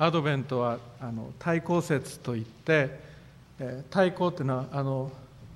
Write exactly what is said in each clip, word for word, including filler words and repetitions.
アドベントはあの対抗節といって、えー、対抗というのはあの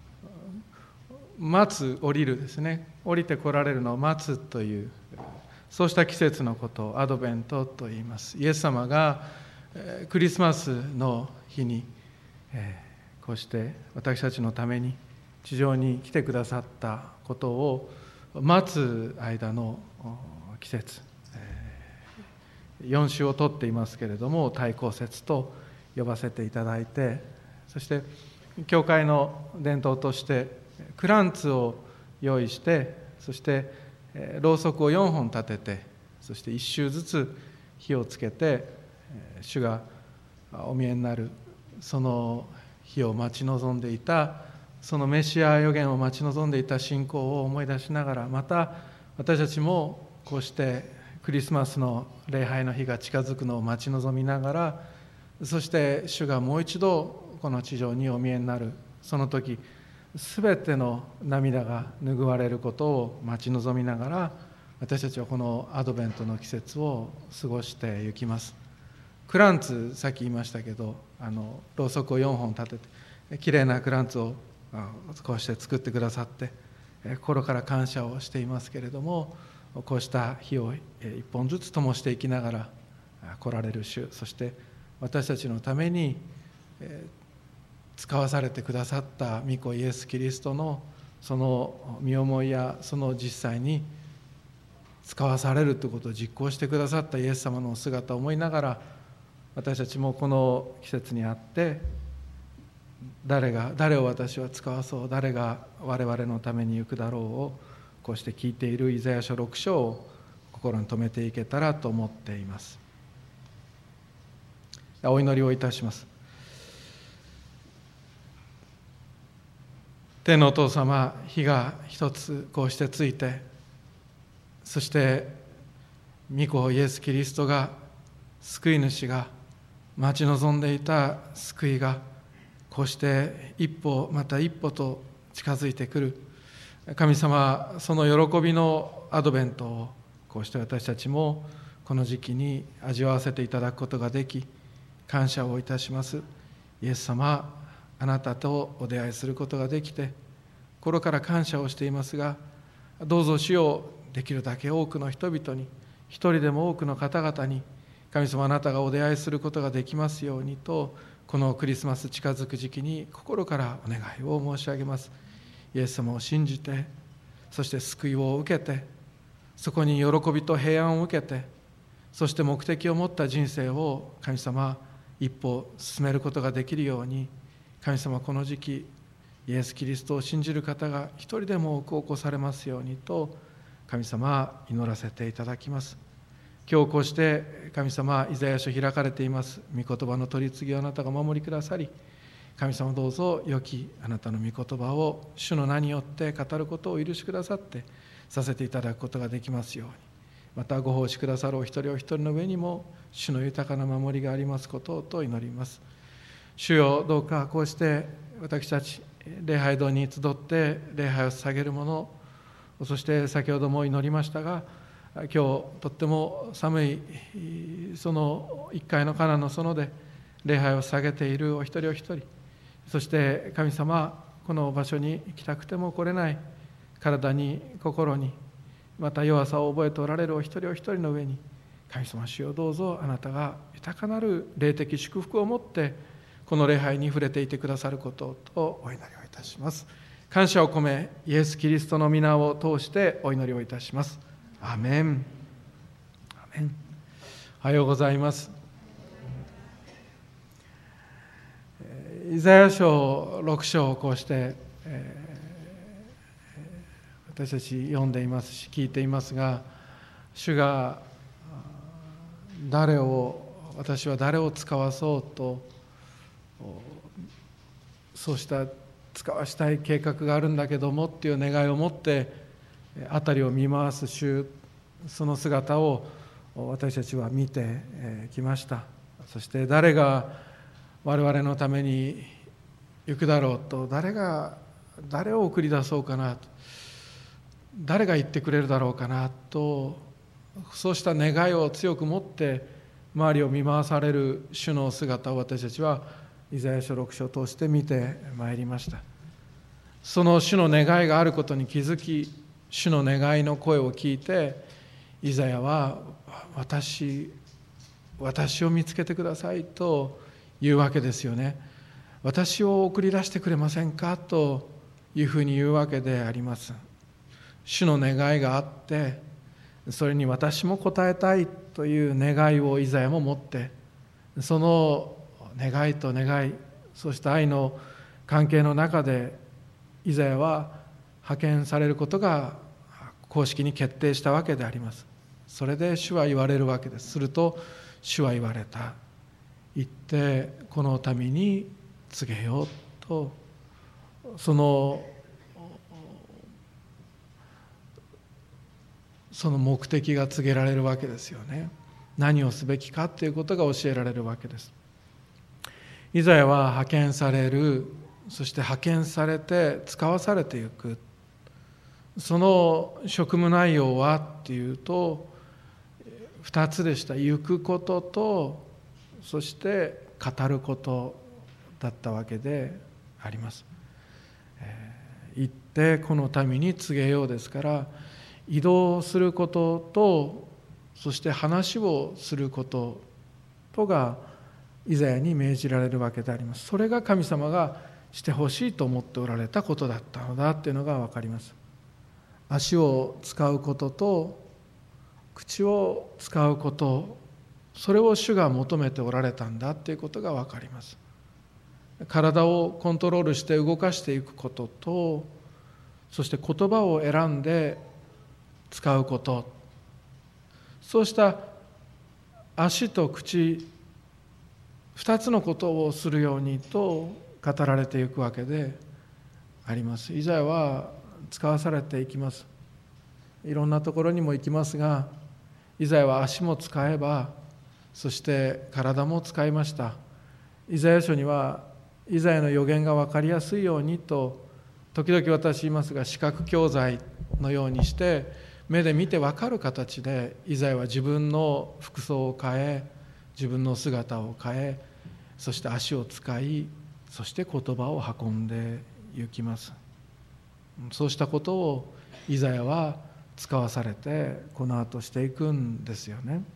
待つ、降りるですね。降りて来られるのを待つという、そうした季節のことをアドベントと言います。イエス様が、えー、クリスマスの日に、えー、こうして私たちのために地上に来てくださったことを待つ間の季節、よん週をとっていますけれども、対抗節と呼ばせていただいて、そして教会の伝統としてクランツを用意して、そしてろうそくをよんほん立てて、そしていっ週ずつ火をつけて、主がお見えになるその日を待ち望んでいた、そのメシア予言を待ち望んでいた信仰を思い出しながら、また私たちもこうしてクリスマスの礼拝の日が近づくのを待ち望みながら、そして主がもう一度この地上にお見えになるその時、すべての涙が拭われることを待ち望みながら、私たちはこのアドベントの季節を過ごしてゆきます。クランツ、さっき言いましたけど、あのろうそくをよんほん立ててきれいなクランツをこうして作ってくださって、心から感謝をしていますけれども、こうした火を一本ずつ灯していきながら来られる主、そして私たちのために使わされてくださった御子イエス・キリストのその身思いやその実際に使わされるということを実行してくださったイエス様のお姿を思いながら、私たちもこの季節にあって誰が誰を私は使わそう、誰が我々のために行くだろうをこうして聞いているイザヤ書ろく章を心に留めていけたらと思っています。お祈りをいたします。天のお父様、日が一つこうしてついて、そして御子イエス・キリストが、救い主が待ち望んでいた救いがこうして一歩また一歩と近づいてくる。神様、その喜びのアドベントをこうして私たちもこの時期に味わわせていただくことができ、感謝をいたします。イエス様、あなたとお出会いすることができて心から感謝をしていますが、どうぞ主よ、できるだけ多くの人々に、一人でも多くの方々に神様、あなたがお出会いすることができますようにと、このクリスマス近づく時期に心からお願いを申し上げます。イエス様を信じて、そして救いを受けて、そこに喜びと平安を受けて、そして目的を持った人生を神様一歩進めることができるように、神様、この時期イエス・キリストを信じる方が一人でも多く起こされますようにと、神様祈らせていただきます。今日こうして神様、イザヤ書開かれています。御言葉の取り次ぎをあなたが守りくださり、神様、どうぞ良きあなたの御言葉を主の名によって語ることを許しくださってさせていただくことができますように、またご奉仕くださるお一人お一人の上にも主の豊かな守りがありますことをと祈ります。主よ、どうかこうして私たち礼拝堂に集って礼拝を捧げるもの、そして先ほども祈りましたが、今日とっても寒いそのいっかいのカナの園で礼拝を捧げているお一人お一人、そして神様、この場所に来たくても来れない体に心にまた弱さを覚えておられるお一人お一人の上に、神様、主よ、どうぞあなたが豊かなる霊的祝福を持ってこの礼拝に触れていてくださることとお祈りをいたします。感謝を込めイエス・キリストの皆を通してお祈りをいたします。アーメン。アーメン。おはようございます。イザヤ書ろく章をこうして、えー、私たち読んでいますし聞いていますが、主が誰を私は誰を使わそうと、そうした使わしたい計画があるんだけどもっていう願いを持って辺りを見回す主、その姿を私たちは見てきました。そして誰が我々のために行くだろうと、誰が誰を送り出そうかなと、誰が言ってくれるだろうかなと、そうした願いを強く持って周りを見回される主の姿を私たちはイザヤ書ろく章を通して見てまいりました。その主の願いがあることに気づき、主の願いの声を聞いて、イザヤは私、私を見つけてくださいと言うわけですよね。私を送り出してくれませんかというふうに言うわけであります。主の願いがあって、それに私も応えたいという願いをイザヤも持って、その願いと願い、そして愛の関係の中でイザヤは派遣されることが公式に決定したわけであります。それで主は言われるわけです。すると主は言われた。行ってこの民に告げようと、そのその目的が告げられるわけですよね。何をすべきかということが教えられるわけです。イザヤは派遣される、そして派遣されて使わされていく。その職務内容はっていうと二つでした。行くことと、そして語ることだったわけであります。えー、行ってこの民に告げようですから、移動することと、そして話をすることとがイザヤに命じられるわけであります。それが神様がしてほしいと思っておられたことだったのだというのが分かります。足を使うことと口を使うこと、それを主が求めておられたんだということが分かります。体をコントロールして動かしていくことと、そして言葉を選んで使うこと、そうした足と口二つのことをするようにと語られていくわけであります。イザヤは使わされていきます。いろんなところにも行きますが、イザヤは足も使えば、そして体も使いました。イザヤ書にはイザヤの予言が分かりやすいようにと時々私言いますが、視覚教材のようにして目で見て分かる形でイザヤは自分の服装を変え、自分の姿を変え、そして足を使い、そして言葉を運んで行きます。そうしたことをイザヤは使わされてこの後していくんですよね。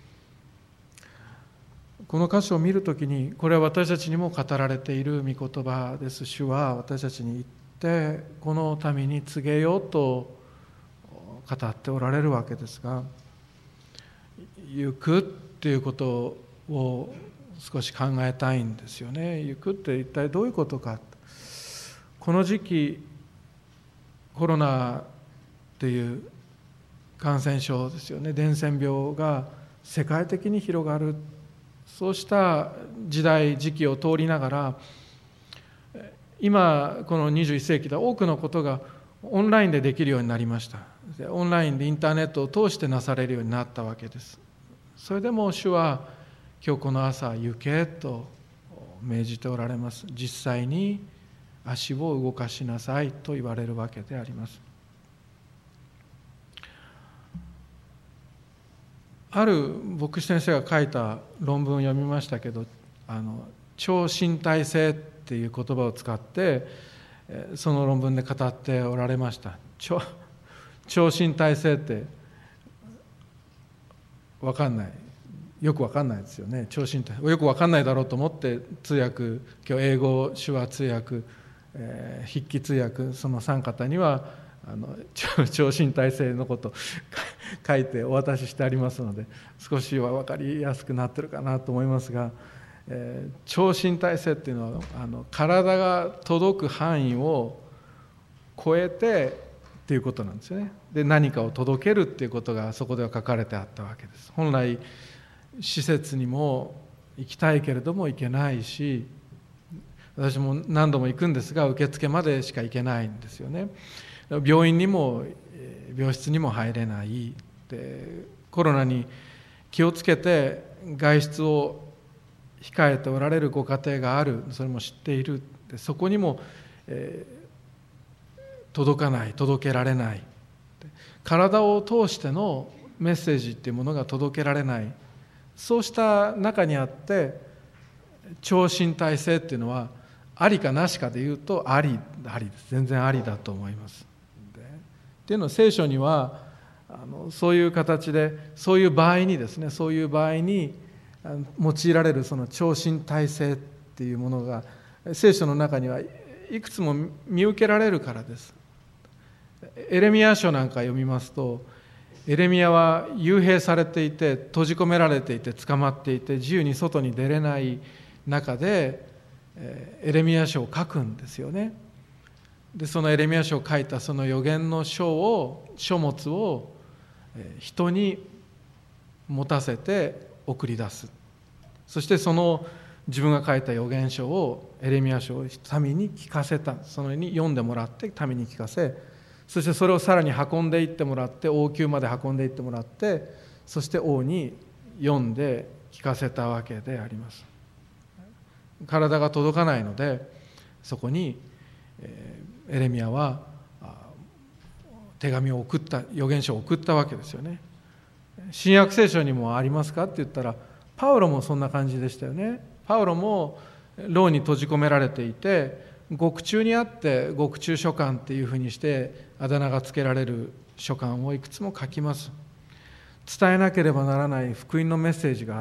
この箇所を見るときに、これは私たちにも語られている御言葉です。主は私たちに言ってこの民に告げようと語っておられるわけですが、行くっていうことを少し考えたいんですよね。行くって一体どういうことか。この時期コロナっていう感染症ですよね、伝染病が世界的に広がる、そうした時代時期を通りながら、今このにじゅういっ世紀で多くのことがオンラインでできるようになりました。オンラインでインターネットを通してなされるようになったわけです。それでも主は今日この朝行けと命じておられます。実際に足を動かしなさいと言われるわけであります。ある牧師先生が書いた論文を読みましたけど、あの超身体性っていう言葉を使ってその論文で語っておられました。超、超身体性って分かんない、よく分かんないですよね。超身体よく分かんないだろうと思って通訳、今日英語手話通訳、えー、筆記通訳、その三方にはあの超身体性のこと書いてお渡ししてありますので、少しは分かりやすくなってるかなと思いますが、えー、超身体性っていうのはあの体が届く範囲を超えてっていうことなんですよね。で、何かを届けるっていうことがそこでは書かれてあったわけです。本来施設にも行きたいけれども行けないし、私も何度も行くんですが受付までしか行けないんですよね。病院にも病室にも入れない。で、コロナに気をつけて外出を控えておられるご家庭がある、それも知っている。で、そこにも、えー、届かない、届けられない。体を通してのメッセージっていうものが届けられない。 そうした中にあって超身体性っていうのはありかなしかで言うとありありです。全然ありだと思います。でっていうのは聖書にはあのそういう形でそういう場合にですねそういう場合に用いられるその超身体性っていうものが聖書の中にはいくつも見受けられるからです。エレミヤ書なんか読みますと、エレミヤは幽閉されていて閉じ込められていて捕まっていて自由に外に出れない中でエレミヤ書を書くんですよね。でそのエレミヤ書を書いたその預言の書を書物を人に持たせて送り出す。そしてその自分が書いた預言書をエレミヤ書を民に聞かせた。そのように読んでもらって民に聞かせ、そしてそれをさらに運んでいってもらって王宮まで運んでいってもらって、そして王に読んで聞かせたわけであります。体が届かないのでそこにエレミヤは手紙を送った、預言書を送ったわけですよね。新約聖書にもありますかって言ったら、パウロもそんな感じでしたよね。パウロも牢に閉じ込められていて、獄中にあって獄中書簡っていうふうにしてあだ名がつけられる書簡をいくつも書きます。伝えなければならない福音のメッセージがあって、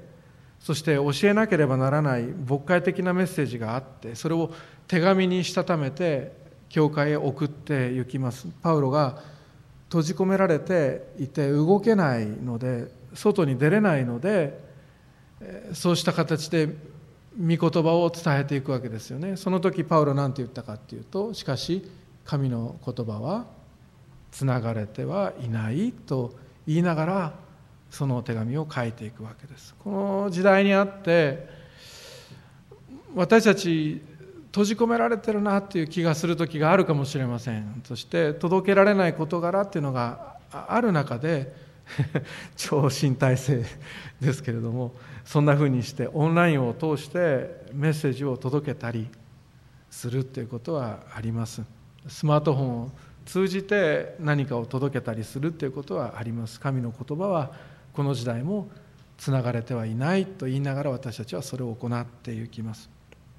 そして教えなければならない牧会的なメッセージがあって、それを手紙にしたためて教会へ送って行きます。パウロが閉じ込められていて動けないので、外に出れないので、そうした形で御言葉を伝えていくわけですよね。その時パウロ何て言ったかっていうと、しかし神の言葉はつながれてはいないと言いながらその手紙を書いていくわけです。この時代にあって私たち閉じ込められてるなっていう気がする時があるかもしれません。そして届けられない事柄っていうのがある中で超身体性ですけれども、そんなふうにしてオンラインを通してメッセージを届けたりするっていうことはあります。スマートフォンを通じて何かを届けたりするっていうことはあります。神の言葉はこの時代もつながれてはいないと言いながら、私たちはそれを行っていきます。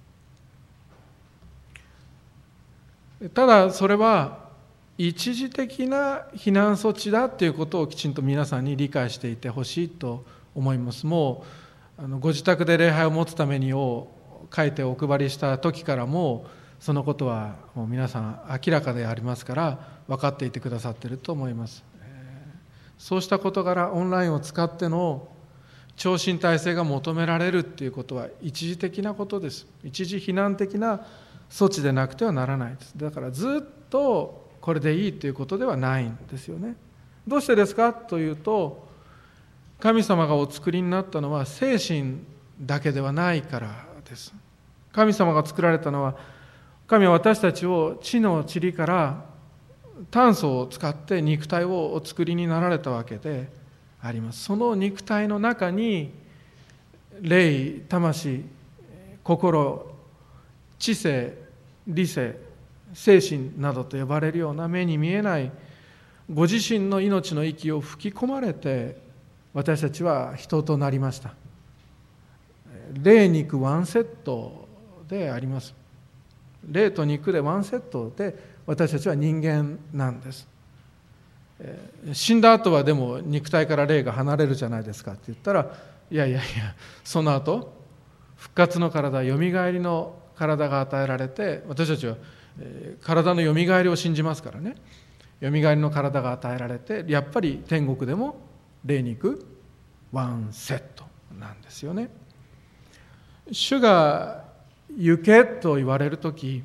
ただそれは一時的な避難措置だということをきちんと皆さんに理解していてほしいと思います。もうあのご自宅で礼拝を持つためにを書いてお配りした時からもそのことはもう皆さん明らかでありますから分かっていてくださっていると思います。そうした事柄、オンラインを使っての超身体性が求められるっていうことは一時的なことです。一時避難的な措置でなくてはならないです。だからずっとこれでいいということではないんですよね。どうしてですかというと、神様がお作りになったのは精神だけではないからです。神様が作られたのは、神は私たちを地の塵から炭素を使って肉体をお作りになられたわけであります。その肉体の中に霊、魂、心、知性、理性、精神などと呼ばれるような目に見えないご自身の命の息を吹き込まれて私たちは人となりました。霊肉ワンセットであります。霊と肉でワンセットで私たちは人間なんです。死んだ後はでも肉体から霊が離れるじゃないですかって言ったら、いやいやいや、その後復活の体、よみがえりの体が与えられて、私たちは体のよみがえりを信じますからね。よみがえりの体が与えられて、やっぱり天国でも霊肉ワンセットなんですよね。主が行けと言われるとき、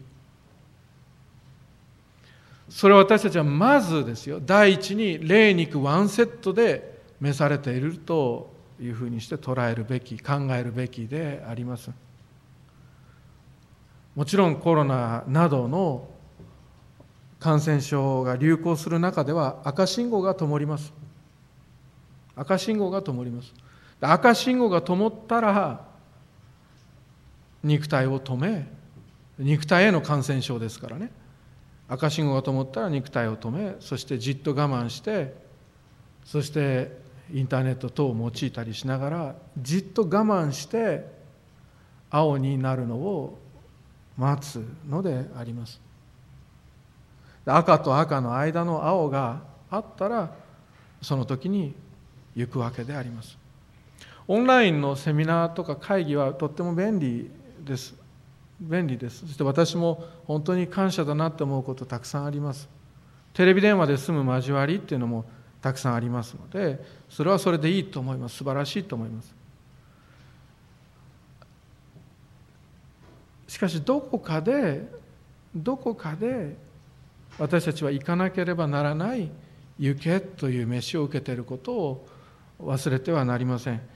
それは私たちはまずですよ、第一に霊肉ワンセットで召されているというふうにして捉えるべき、考えるべきであります。もちろんコロナなどの感染症が流行する中では赤信号が灯ります。赤信号が灯ります。赤信号が灯ったら肉体を止め、肉体への感染症ですからね。赤信号が灯ったら肉体を止め、そしてじっと我慢して、そしてインターネット等を用いたりしながらじっと我慢して青になるのを待つのであります。赤と赤の間の青があったらその時に行くわけであります。オンラインのセミナーとか会議はとっても便利です。便利です。そして私も本当に感謝だなって思うことたくさんあります。テレビ電話で済む交わりっていうのもたくさんありますので、それはそれでいいと思います。素晴らしいと思います。しかしどこかでどこかで私たちは行かなければならない行けという召しを受けていることを忘れてはなりません。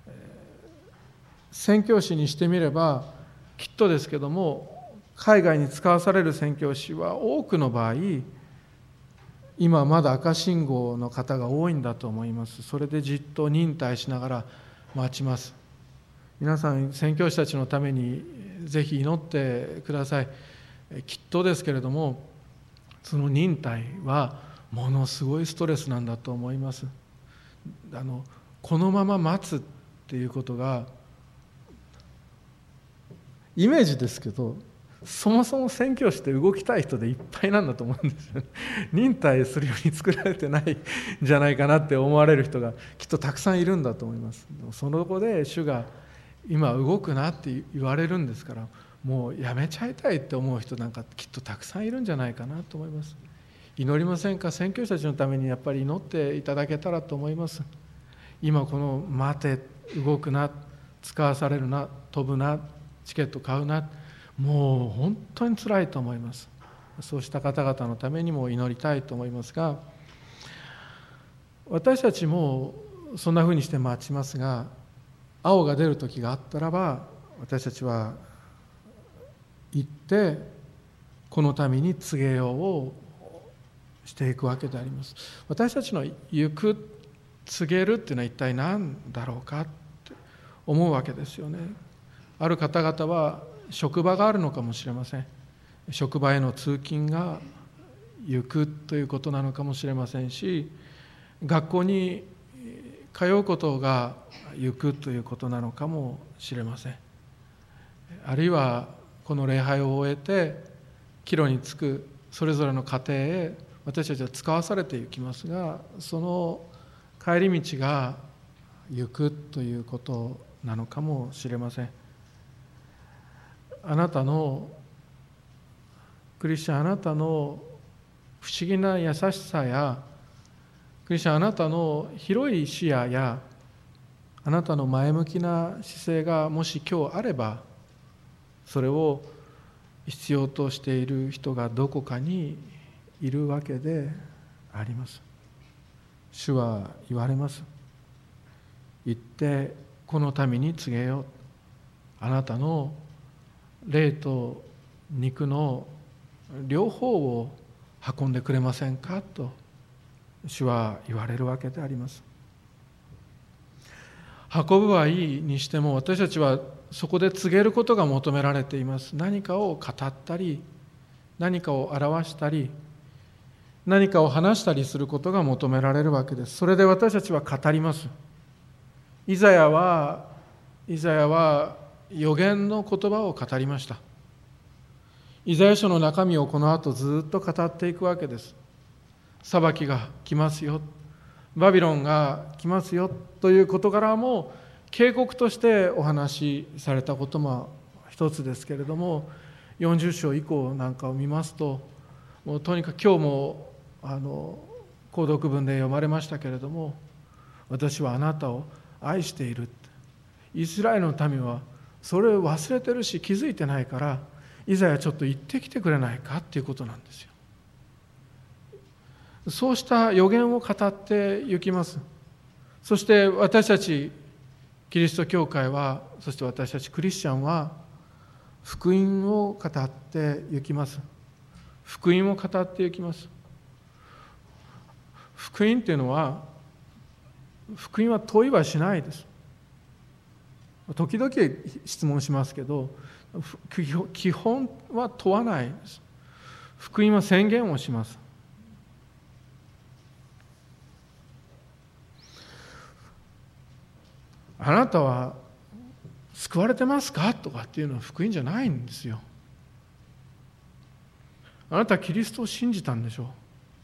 宣教師にしてみればきっとですけども、海外に使わされる宣教師は多くの場合今まだ赤信号の方が多いんだと思います。それでじっと忍耐しながら待ちます。皆さん宣教師たちのためにぜひ祈ってください。きっとですけれどもその忍耐はものすごいストレスなんだと思います。あのこのまま待つっていうことがイメージですけど、そもそも宣教師って動きたい人でいっぱいなんだと思うんですよね。忍耐するように作られてないんじゃないかなって思われる人がきっとたくさんいるんだと思います。その子で主が今動くなって言われるんですから、もうやめちゃいたいって思う人なんかきっとたくさんいるんじゃないかなと思います。祈りませんか？宣教師たちのためにやっぱり祈っていただけたらと思います。今この待て、動くな、使わされるな、飛ぶな、チケット買うな、もう本当につらいと思います。そうした方々のためにも祈りたいと思いますが、私たちもそんなふうにして待ちますが、青が出る時があったらば私たちは行ってこの民に告げようをしていくわけであります。私たちの行く、告げるっていうのは一体何だろうかって思うわけですよね。ある方々は職場があるのかもしれません。職場への通勤が行くということなのかもしれませんし、学校に通うことが行くということなのかもしれません。あるいはこの礼拝を終えて帰路に着くそれぞれの家庭へ私たちは使わされていきますが、その帰り道が行くということなのかもしれません。あなたのクリスチャン、あなたの不思議な優しさやクリスチャン、あなたの広い視野やあなたの前向きな姿勢がもし今日あれば、それを必要としている人がどこかにいるわけであります。主は言われます。行ってこの民に告げよう。あなたの霊と肉の両方を運んでくれませんかと主は言われるわけであります。運ぶはいいにしても私たちはそこで告げることが求められています。何かを語ったり何かを表したり何かを話したりすることが求められるわけです。それで私たちは語ります。イザヤはイザヤは預言の言葉を語りました。イザヤ書の中身をこの後ずっと語っていくわけです。裁きが来ますよ、バビロンが来ますよという事柄も警告としてお話しされたことも一つですけれども、よんじゅう章以降なんかを見ますと、もうとにかく今日もあの購読文で読まれましたけれども、私はあなたを愛している。イスラエルの民はそれを忘れてるし気づいてないから、イザヤちょっと行ってきてくれないかっていうことなんですよ。そうした予言を語って行きます。そして私たちキリスト教会は、そして私たちクリスチャンは福音を語って行きます。福音を語って行きます。福音っていうのは、福音は問いはしないです。時々質問しますけど、基本は問わないです。福音は宣言をします。 あなたは救われてますかとかっていうのは福音じゃないんですよ。あなたはキリストを信じたんでしょう。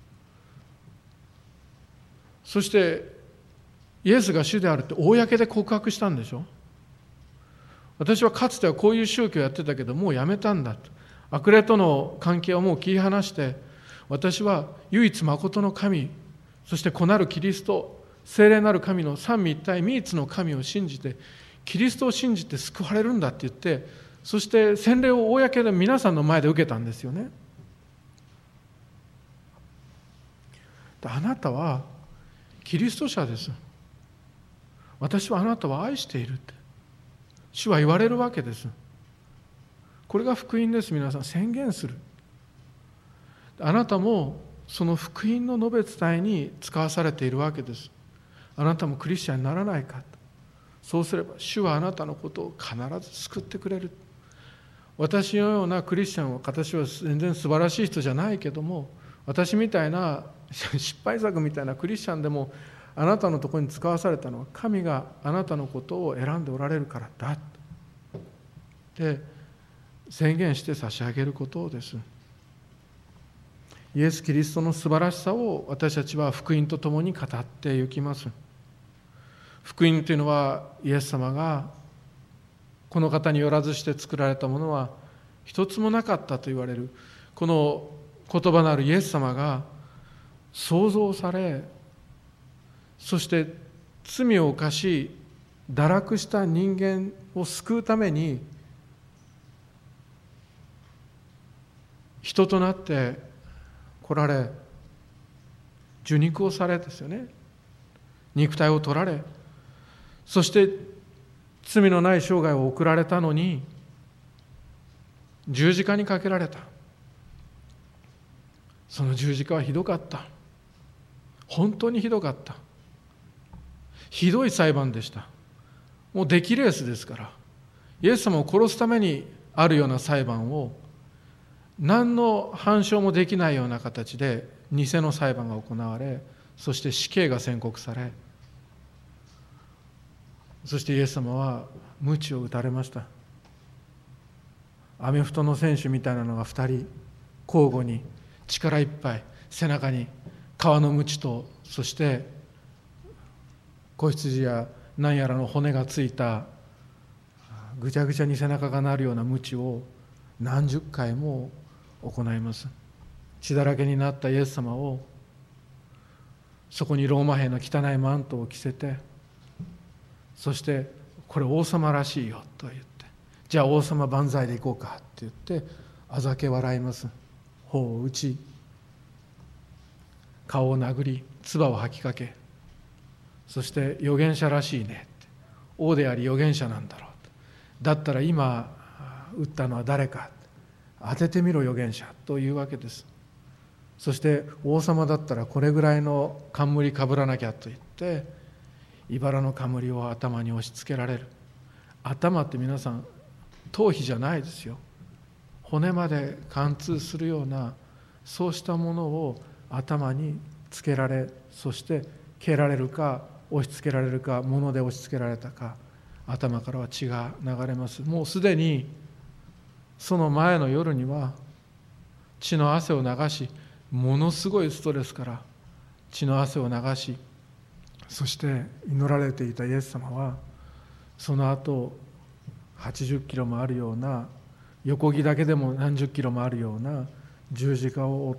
そしてイエスが主であるって公で告白したんでしょ。私はかつてはこういう宗教をやってたけどもうやめたんだと。悪霊との関係をもう切り離して、私は唯一誠の神、そして子なるキリスト、聖霊なる神の三位一体三つの神を信じて、キリストを信じて救われるんだって言って、そして洗礼を公で皆さんの前で受けたんですよね。あなたはキリスト者です。私はあなたを愛しているって主は言われるわけです。これが福音です。皆さん、宣言する。あなたもその福音の述べ伝えに使わされているわけです。あなたもクリスチャンにならないか。そうすれば主はあなたのことを必ず救ってくれる。私のようなクリスチャンは、私は全然素晴らしい人じゃないけども、私みたいな失敗作みたいなクリスチャンでもあなたのところに使わされたのは神があなたのことを選んでおられるからだって宣言して差し上げることです。イエス・キリストの素晴らしさを私たちは福音とともに語ってゆきます。福音というのは、イエス様がこの方によらずして作られたものは一つもなかったと言われる、この言葉のあるイエス様が創造され、そして罪を犯し堕落した人間を救うために人となって来られ、受肉をされですよね、肉体を取られ、そして罪のない生涯を送られたのに十字架にかけられた。その十字架はひどかった。本当にひどかった。ひどい裁判でした。もう出来レースですから、イエス様を殺すためにあるような裁判を何の反証もできないような形で偽の裁判が行われ、そして死刑が宣告され、そしてイエス様は鞭を打たれました。アメフトの選手みたいなのがふたり交互に力いっぱい背中に革の鞭と、そして子羊や何やらの骨がついたぐちゃぐちゃに背中がなるような鞭を何十回も行います。血だらけになったイエス様を、そこにローマ兵の汚いマントを着せて、そしてこれ王様らしいよと言って、じゃあ王様万歳で行こうかって言ってあざけ笑います。頬を打ち、顔を殴り、唾を吐きかけ、そして預言者らしいね、王であり預言者なんだろう、だったら今撃ったのは誰か、当ててみろ預言者というわけです。そして王様だったらこれぐらいの冠かぶらなきゃと言って茨の冠を頭に押し付けられる。頭って皆さん頭皮じゃないですよ。骨まで貫通するようなそうしたものを頭につけられ、そして蹴られるか押し付けられるか、物で押し付けられたか、頭からは血が流れます。もうすでにその前の夜には血の汗を流し、ものすごいストレスから血の汗を流し、そして祈られていたイエス様はその後はちじゅっキロもあるような、横木だけでも何十キロもあるような十字架を追って、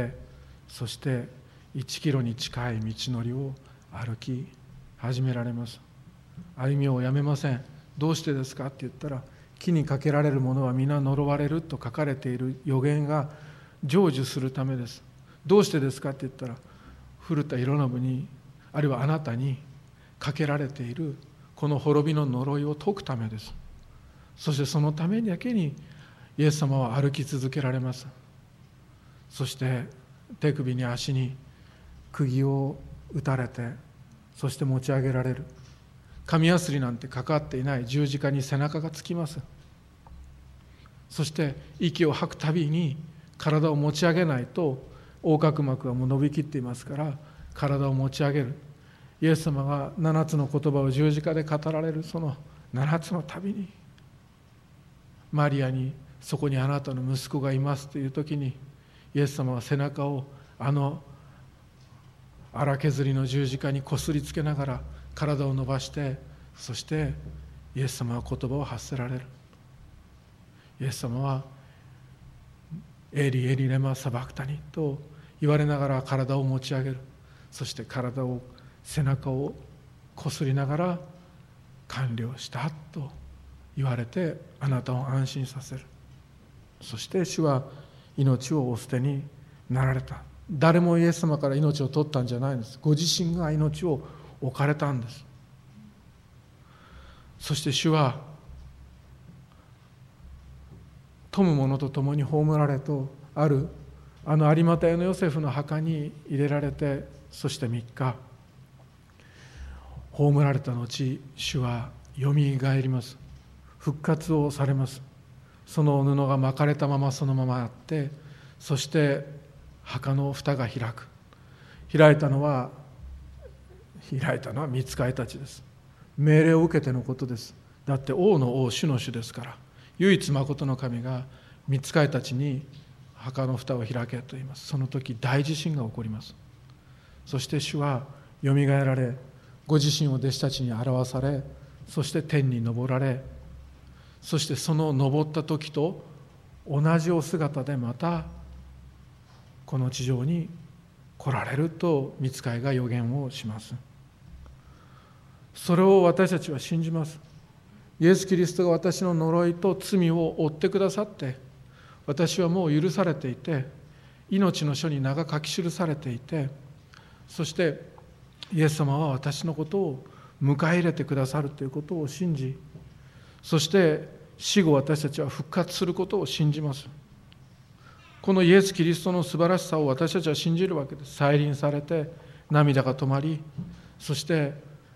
そしていちキロに近い道のりを歩き始められます。歩みをやめません。どうしてですかって言ったら、木にかけられる者は皆呪われると書かれている予言が成就するためです。どうしてですかって言ったら、古田博信に、あるいはあなたにかけられているこの滅びの呪いを解くためです。そしてそのためだけにイエス様は歩き続けられます。そして手首に足に釘を打たれて、そして持ち上げられる。紙やすりなんてかかっていない十字架に背中がつきます。そして息を吐くたびに体を持ち上げないと横隔膜はもう伸びきっていますから、体を持ち上げる。 イエス様が七つの言葉を十字架で語られるその七つの旅に、マリアにそこにあなたの息子がいますという時に、イエス様は背中をあの荒削りの十字架にこすりつけながら体を伸ばして、そしてイエス様は言葉を発せられる。イエス様はエリエリレマサバクタニと言われながら体を持ち上げる。そして体を背中をこすりながら完了したと言われて、あなたを安心させる。そして主は命をお捨てになられた。誰もイエス様から命を取ったんじゃないんです。ご自身が命を置かれたんです。そして主は富む者と共に葬られとあるあの有馬隊のヨセフの墓に入れられて、そしてみっか葬られた後、主はよみがえります。復活をされます。その布が巻かれたままそのままあって、そして墓の蓋が開く。開いたのは開いたのは御使いたちです。命令を受けてのことです。だって王の王、主の主ですから、唯一まことの神が御使いたちに墓の蓋を開けと言います。その時大地震が起こります。そして主はよみがえられ、ご自身を弟子たちに表され、そして天に昇られ、そしてその昇った時と同じお姿でまたこの地上に来られると御使いが予言をします。それを私たちは信じます。イエス・キリストが私の呪いと罪を負ってくださって、私はもう許されていて、命の書に名が書き記されていて、そしてイエス様は私のことを迎え入れてくださるということを信じ、そして死後私たちは復活することを信じます。このイエス・キリストの素晴らしさを私たちは信じるわけです。再臨されて涙が止まり、そして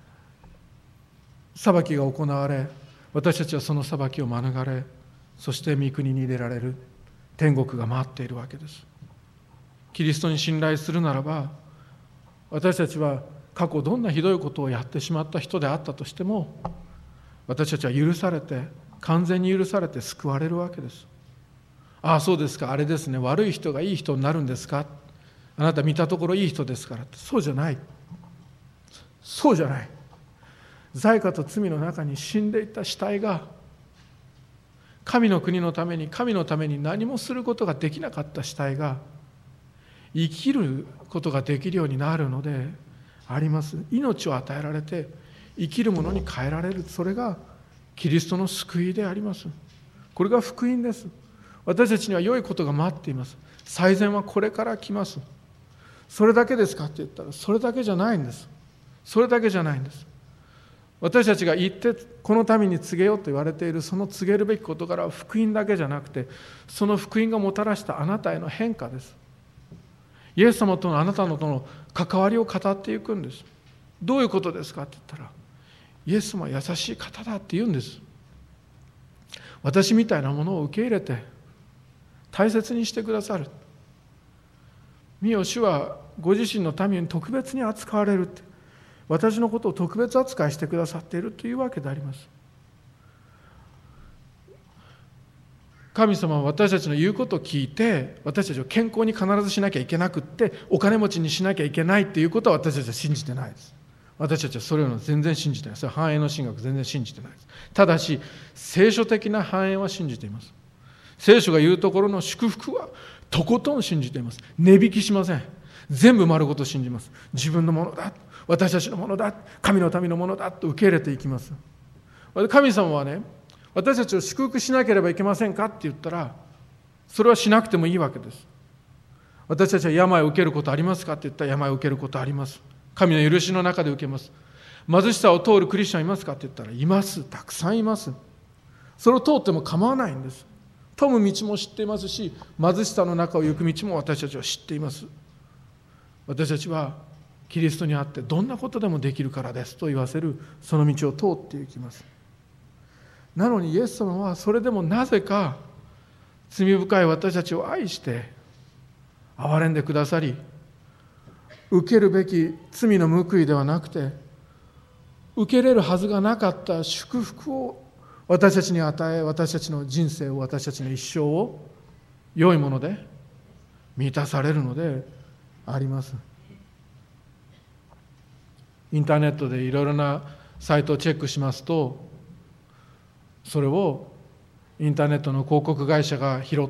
裁きが行われ、私たちはその裁きを免れ、そして御国に入れられる天国が待っているわけです。キリストに信頼するならば、私たちは過去どんなひどいことをやってしまった人であったとしても、私たちは許されて、完全に許されて救われるわけです。ああ、そうですか、あれですね、悪い人がいい人になるんですか、あなた見たところいい人ですからって。そうじゃない。そうじゃない。罪過と罪の中に死んでいった死体が、神の国のために、神のために何もすることができなかった死体が生きることができるようになるのであります。命を与えられて生きるものに変えられる。それがキリストの救いであります。これが福音です。私たちには良いことが待っています。最善はこれから来ます。それだけですかって言ったら、それだけじゃないんです。それだけじゃないんです。私たちが言ってこの民に告げようと言われているその告げるべき事柄は福音だけじゃなくて、その福音がもたらしたあなたへの変化です。イエス様とのあなたのとの関わりを語っていくんです。どういうことですかって言ったら、イエス様は優しい方だって言うんです。私みたいなものを受け入れて大切にしてくださる。見よ、主はご自身の民に特別に扱われるって、私のことを特別扱いしてくださっているというわけであります。神様は私たちの言うことを聞いて、私たちを健康に必ずしなきゃいけなくって、お金持ちにしなきゃいけないっていうことは私たちは信じてないです。私たちはそれを全然信じてない。それは繁栄の神学全然信じてないです。ただし、聖書的な繁栄は信じています。聖書が言うところの祝福はとことん信じています。値引きしません。全部丸ごと信じます。自分のものだ、私たちのものだ、神の民のものだと受け入れていきます。神様はね、私たちを祝福しなければいけませんかって言ったら、それはしなくてもいいわけです。私たちは病を受けることありますかって言ったら、病を受けることあります。神の許しの中で受けます。貧しさを通るクリスチャンいますかって言ったら、います。たくさんいます。それを通っても構わないんです。富む道も知っていますし、貧しさの中を行く道も私たちは知っています。私たちはキリストにあってどんなことでもできるからですと言わせるその道を通っていきます。なのにイエス様はそれでもなぜか罪深い私たちを愛して憐れんでくださり、 受けるべき罪の報いではなくて、受けれるはずがなかった祝福を私たちに与え、私たちの人生を、私たちの一生を良いもので満たされるのであります。インターネットでいろいろなサイトをチェックしますと、それをインターネットの広告会社が拾って、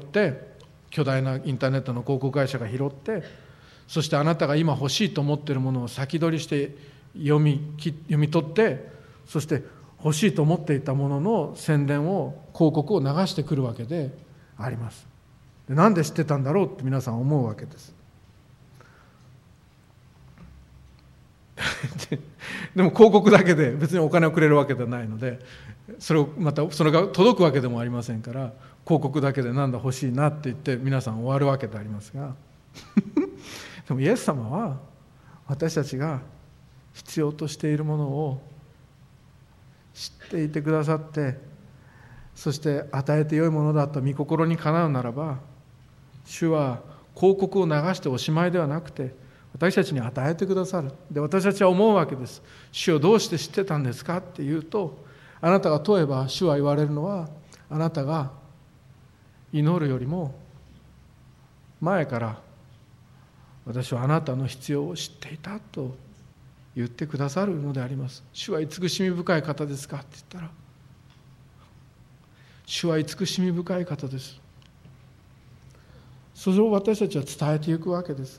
巨大なインターネットの広告会社が拾って、そしてあなたが今欲しいと思っているものを先取りして読み、読み取って、そして欲しいと思っていたものの宣伝を、広告を流してくるわけであります。で、なんで知ってたんだろうって皆さん思うわけです。でも広告だけで別にお金をくれるわけではないので、それをまたそれが届くわけでもありませんから、広告だけでなんだ欲しいなって言って皆さん終わるわけでありますがでもイエス様は私たちが必要としているものを知っていてくださって、そして与えて良いものだと御心にかなうならば、主は広告を流しておしまいではなくて、私たちに与えてくださる。で、私たちは思うわけです。主をどうして知ってたんですかっていうと、あなたが問えば主は言われるのは、あなたが祈るよりも前から私はあなたの必要を知っていたと言ってくださるのであります。主は慈しみ深い方ですかって言ったら、主は慈しみ深い方です。それを私たちは伝えていくわけです。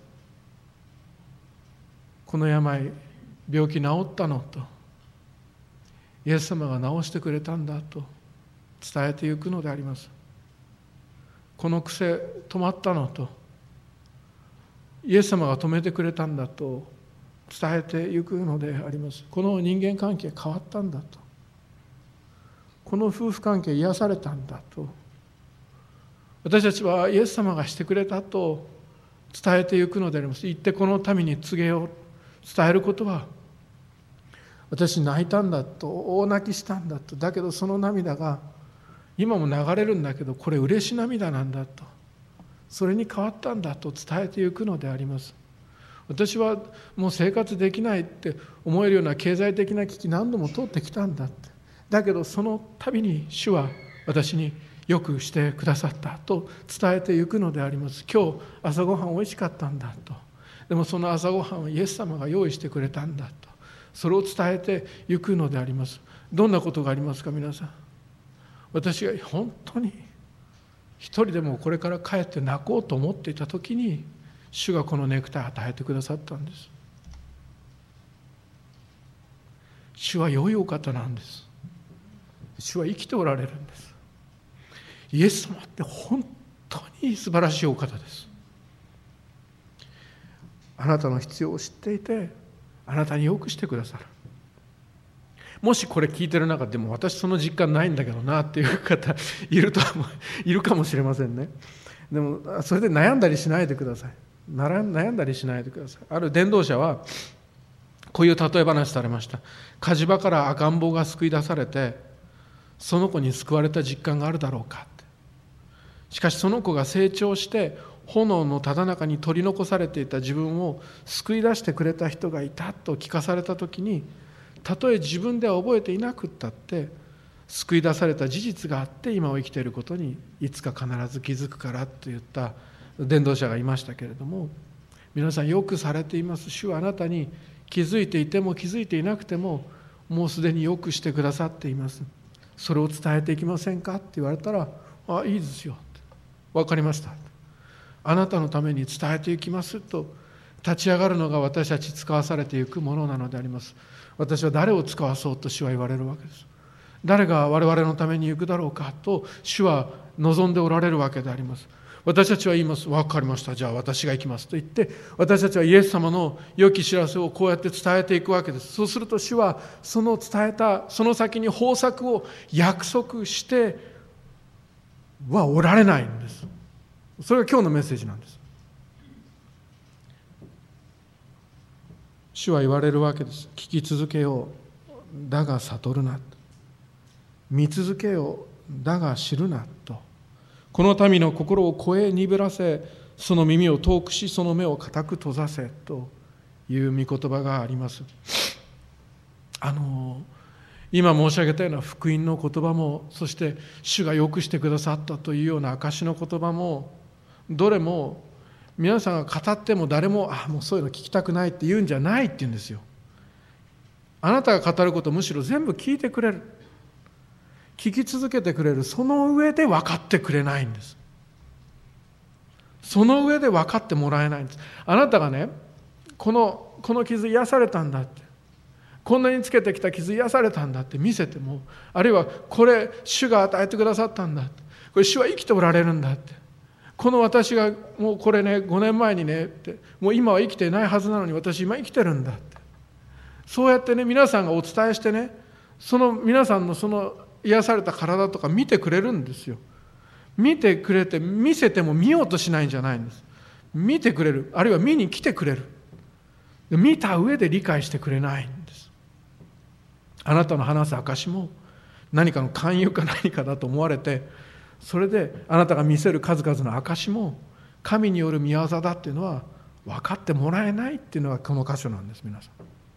この病、病気治ったのと、イエス様が治してくれたんだと伝えていくのであります。この癖止まったのと、イエス様が止めてくれたんだと伝えていくのであります。この人間関係変わったんだと、この夫婦関係癒されたんだと、私たちはイエス様がしてくれたと伝えていくのであります。言ってこの民に告げよう、伝えることは、私泣いたんだと、大泣きしたんだと、だけどその涙が今も流れるんだけど、これ嬉し涙なんだと、それに変わったんだと伝えていくのであります。私はもう生活できないって思えるような経済的な危機何度も通ってきたんだって、だけどその度に主は私によくしてくださったと伝えていくのであります。今日朝ごはんおいしかったんだと、でもその朝ごはんはイエス様が用意してくれたんだと、それを伝えていくのであります。どんなことがありますか皆さん。私が本当に一人でもこれから帰って泣こうと思っていた時に、主がこのネクタイを与えてくださったんです。主は良いお方なんです。主は生きておられるんです。イエス様って本当に素晴らしいお方です。あなたの必要を知っていて、あなたによくしてくださる。もしこれ聞いてる中でも、私その実感ないんだけどなっていう方いるといるかもしれませんね。でもそれで悩んだりしないでください。悩んだりしないでください。ある伝道者はこういう例え話されました。火事場から赤ん坊が救い出されて、その子に救われた実感があるだろうかって。しかしその子が成長して炎のただ中に取り残されていた自分を救い出してくれた人がいたと聞かされたときに、たとえ自分では覚えていなくったって救い出された事実があって今を生きていることにいつか必ず気づくからと言った伝道者がいましたけれども、皆さんよくされています。主はあなたに気づいていても気づいていなくてももうすでによくしてくださっています。それを伝えていきませんかって言われたら、あ、いいですよ、分かりました、あなたのために伝えていきますと立ち上がるのが私たち使わされていくものなのであります。私は誰を使わそうと主は言われるわけです。誰が我々のために行くだろうかと主は望んでおられるわけであります。私たちは言います。分かりました、じゃあ私が行きますと言って、私たちはイエス様の良き知らせをこうやって伝えていくわけです。そうすると主はその伝えたその先に方策を約束してはおられないんです。それが今日のメッセージなんです。主は言われるわけです。聞き続けよう、だが悟るな。見続けよう、だが知るなと。この民の心を声鈍らせ、その耳を遠くし、その目を固く閉ざせという御言葉があります。あの今申し上げたような福音の言葉も、そして主がよくしてくださったというような証の言葉も、どれも皆さんが語っても誰もあもうそういうの聞きたくないって言うんじゃないって言うんですよ。あなたが語ることをむしろ全部聞いてくれる、聞き続けてくれる。その上で分かってくれないんです。その上で分かってもらえないんです。あなたがね、このこの傷癒されたんだって、こんなにつけてきた傷癒されたんだって見せても、あるいはこれ主が与えてくださったんだって、これ主は生きておられるんだって、この私がもうこれねごねんまえにねって、もう今は生きてないはずなのに私今生きてるんだって、そうやってね皆さんがお伝えしてね、その皆さんのその癒された体とか見てくれるんですよ。見てくれて、見せても見ようとしないんじゃないんです。見てくれる、あるいは見に来てくれる。見た上で理解してくれないんです。あなたの話す証も何かの勧誘か何かだと思われて、それであなたが見せる数々の証も神による御業だっていうのは分かってもらえないっていうのがこの箇所なんです。皆さん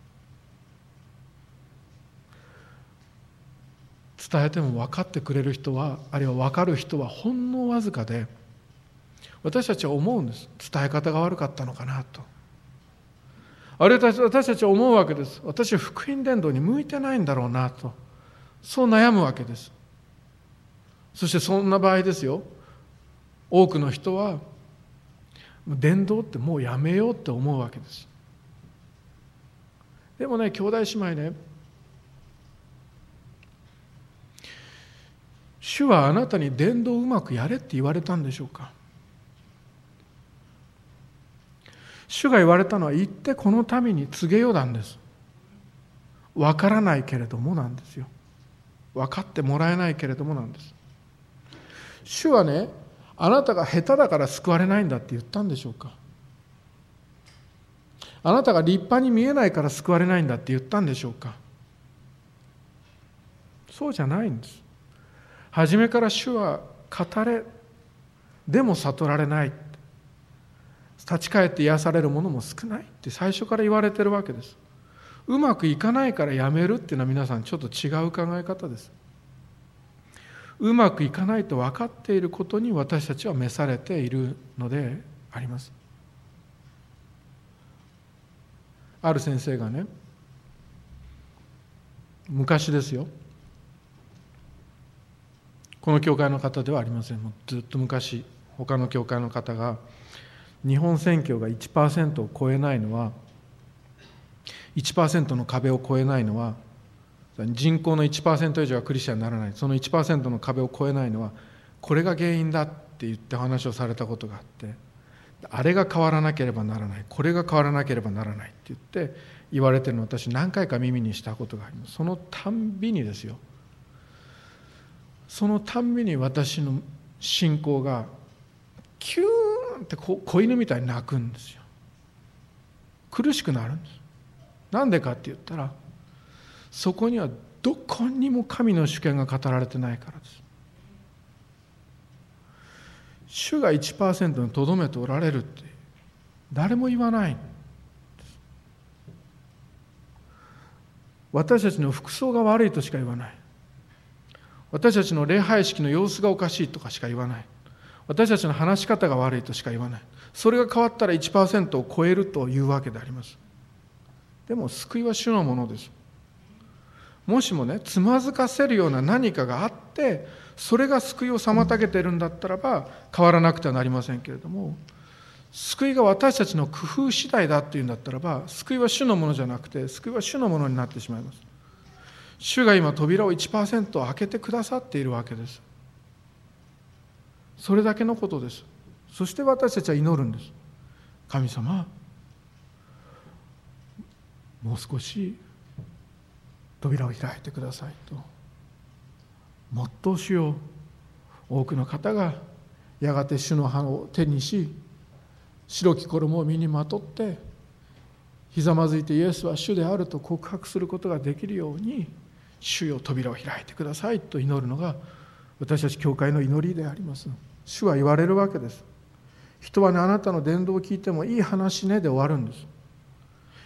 伝えても分かってくれる人は、あるいは分かる人はほんのわずかで、私たちは思うんです。伝え方が悪かったのかなと。あるいは私たちは思うわけです。私は福音伝道に向いてないんだろうなと、そう悩むわけです。そしてそんな場合ですよ、多くの人は伝道ってもうやめようって思うわけです。でもね、兄弟姉妹ね、主はあなたに伝道をうまくやれって言われたんでしょうか。主が言われたのは、言ってこの民に告げよなんです。分からないけれどもなんですよ。分かってもらえないけれどもなんです。主はね、あなたが下手だから救われないんだって言ったんでしょうか。あなたが立派に見えないから救われないんだって言ったんでしょうか。そうじゃないんです。初めから主は語れ、でも悟られない、立ち返って癒されるものも少ないって最初から言われてるわけです。うまくいかないからやめるっていうのは皆さんちょっと違う考え方です。うまくいかないと分かっていることに私たちは召されているのであります。ある先生がね、昔ですよ、この教会の方ではありません。もうずっと昔、他の教会の方が、日本宣教が いちパーセント を超えないのは、いちパーセント の壁を超えないのは、人口の いちパーセント 以上がクリスチャンにならない、その いちパーセント の壁を超えないのは、これが原因だって言って話をされたことがあって、あれが変わらなければならない、これが変わらなければならないって言って言われてるのを私何回か耳にしたことがあります。そのたんびにですよ、そのたんびに私の信仰がキューンって子犬みたいに鳴くんですよ。苦しくなるんです。なんでかって言ったら、そこにはどこにも神の主権が語られてないからです。主が いちパーセント にとどめておられるって誰も言わない。私たちの服装が悪いとしか言わない。私たちの礼拝式の様子がおかしいとかしか言わない。私たちの話し方が悪いとしか言わない。それが変わったら いちパーセント を超えるというわけであります。でも救いは主のものです。もしもね、つまずかせるような何かがあって、それが救いを妨げているんだったらば変わらなくてはなりませんけれども、救いが私たちの工夫次第だっていうんだったらば、救いは主のものじゃなくて、救いは主のものになってしまいます。主が今扉を いちパーセント 開けてくださっているわけです。それだけのことです。そして私たちは祈るんです。神様、もう少し扉を開いてくださいと。もっと主よ、多くの方がやがて主の葉を手にし、白き衣を身にまとってひざまずいてイエスは主であると告白することができるように、主よ扉を開いてくださいと祈るのが私たち教会の祈りであります。主は言われるわけです。人はね、あなたの伝道を聞いてもいい話ねで終わるんです。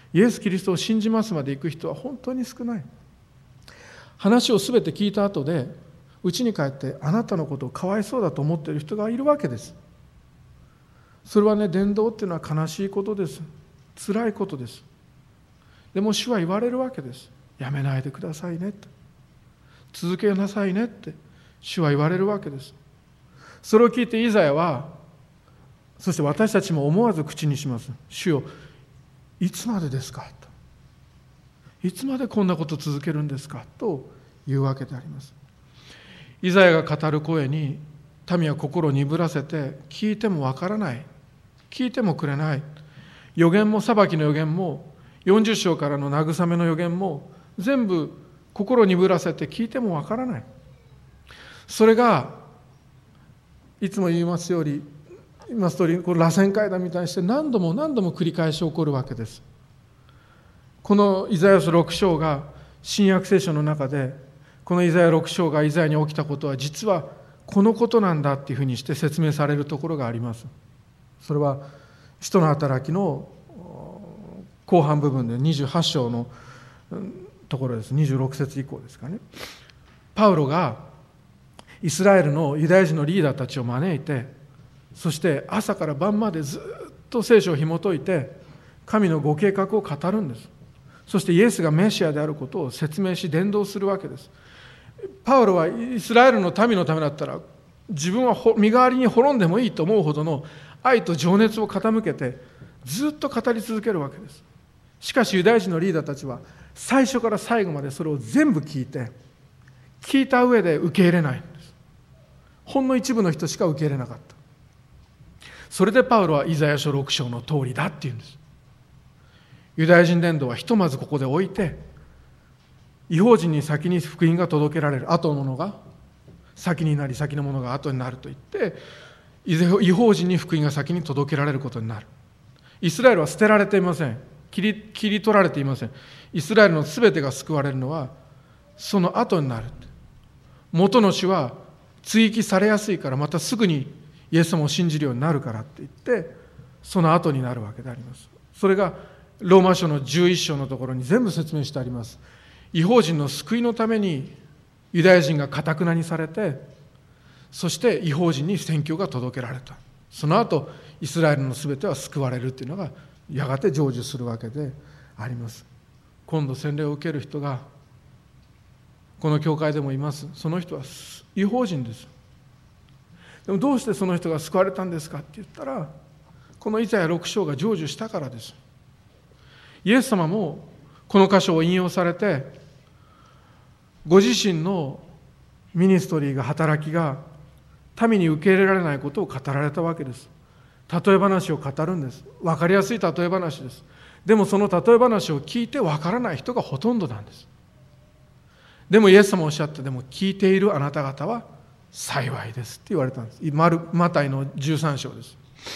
イエス・キリストを信じますまで行く人は本当に少ない。話をすべて聞いた後で家に帰ってあなたのことをかわいそうだと思っている人がいるわけです。それはね、伝道っていうのは悲しいことです。辛いことです。でも主は言われるわけです。やめないでくださいねって、続けなさいねって主は言われるわけです。それを聞いてイザヤは、そして私たちも思わず口にします。主よ、いつまでですかと、いつまでこんなこと続けるんですかというわけであります。イザヤが語る声に民は心を鈍らせて、聞いてもわからない、聞いてもくれない、預言も裁きの預言もよんじゅう章からの慰めの預言も全部心を鈍らせて聞いてもわからない。それがいつも言いますように、言います通り、この螺旋階段みたいにして何度も何度も繰り返し起こるわけです。このイザヤ書ろく章が新約聖書の中で、このイザヤろく章がイザヤに起きたことは実はこのことなんだっていうふうにして説明されるところがあります。それは使徒の働きの後半部分でにじゅうはち章のところです。にじゅうろく節以降ですかね。パウロがイスラエルのユダヤ人のリーダーたちを招いて、そして朝から晩までずっと聖書を紐解いて神のご計画を語るんです。そしてイエスがメシアであることを説明し伝道するわけです。パウロはイスラエルの民のためだったら自分は身代わりに滅んでもいいと思うほどの愛と情熱を傾けてずっと語り続けるわけです。しかしユダヤ人のリーダーたちは最初から最後までそれを全部聞いて、聞いた上で受け入れないんです。ほんの一部の人しか受け入れなかった。それでパウロはイザヤ書ろく章の通りだって言うんです。ユダヤ人伝道はひとまずここで置いて、異邦人に先に福音が届けられる、後のものが先になり先のものが後になると言って、異邦人に福音が先に届けられることになる。イスラエルは捨てられていません。切り、切り取られていません。イスラエルのすべてが救われるのはその後になる。元の主は追記されやすいから、またすぐにイエス様を信じるようになるからって言って、その後になるわけであります。それがローマ書のじゅういち章のところに全部説明してあります。異邦人の救いのためにユダヤ人が堅なにされて、そして異邦人に宣教が届けられた。その後イスラエルのすべては救われるっていうのがやがて成就するわけであります。今度洗礼を受ける人がこの教会でもいます。その人は異邦人です。でもどうしてその人が救われたんですかって言ったら、このイザヤろく章が成就したからです。イエス様もこの箇所を引用されて、ご自身のミニストリーが、働きが民に受け入れられないことを語られたわけです。例え話を語るんです。分かりやすい例え話です。でもその例え話を聞いて分からない人がほとんどなんです。でもイエス様おっしゃって、でも聞いているあなた方は幸いですって言われたんです。マタイのじゅうさん章です。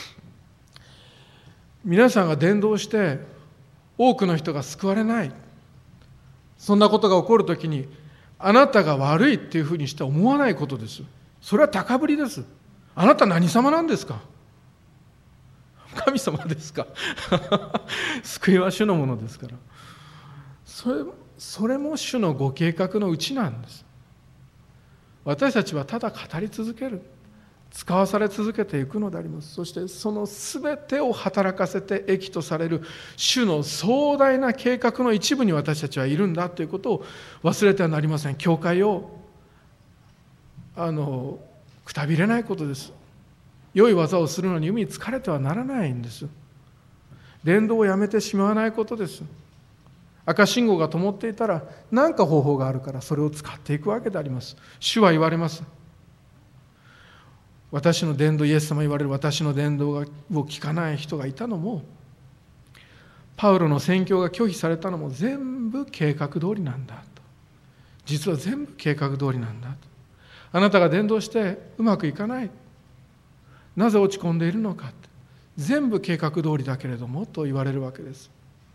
皆さんが伝道して多くの人が救われない、そんなことが起こるときにあなたが悪いっていうふうにして思わないことです。それは高ぶりです。あなた何様なんですか？神様ですか？救いは主のものですから。それ、それも主のご計画のうちなんです。私たちはただ語り続ける、使わされ続けていくのであります。そしてそのすべてを働かせて益とされる主の壮大な計画の一部に私たちはいるんだということを忘れてはなりません。教会をあのくたびれないことです。良い技をするのに海に疲れてはならないんです。伝道をやめてしまわないことです。赤信号が灯っていたら何か方法があるからそれを使っていくわけであります。主は言われます。私の伝道、イエス様言われる私の伝道を聞かない人がいたのも、パウロの宣教が拒否されたのも全部計画通りなんだと。実は全部計画通りなんだと。あなたが伝道してうまくいかない、なぜ落ち込んでいるのか、全部計画通りだけれどもと言われるわけです。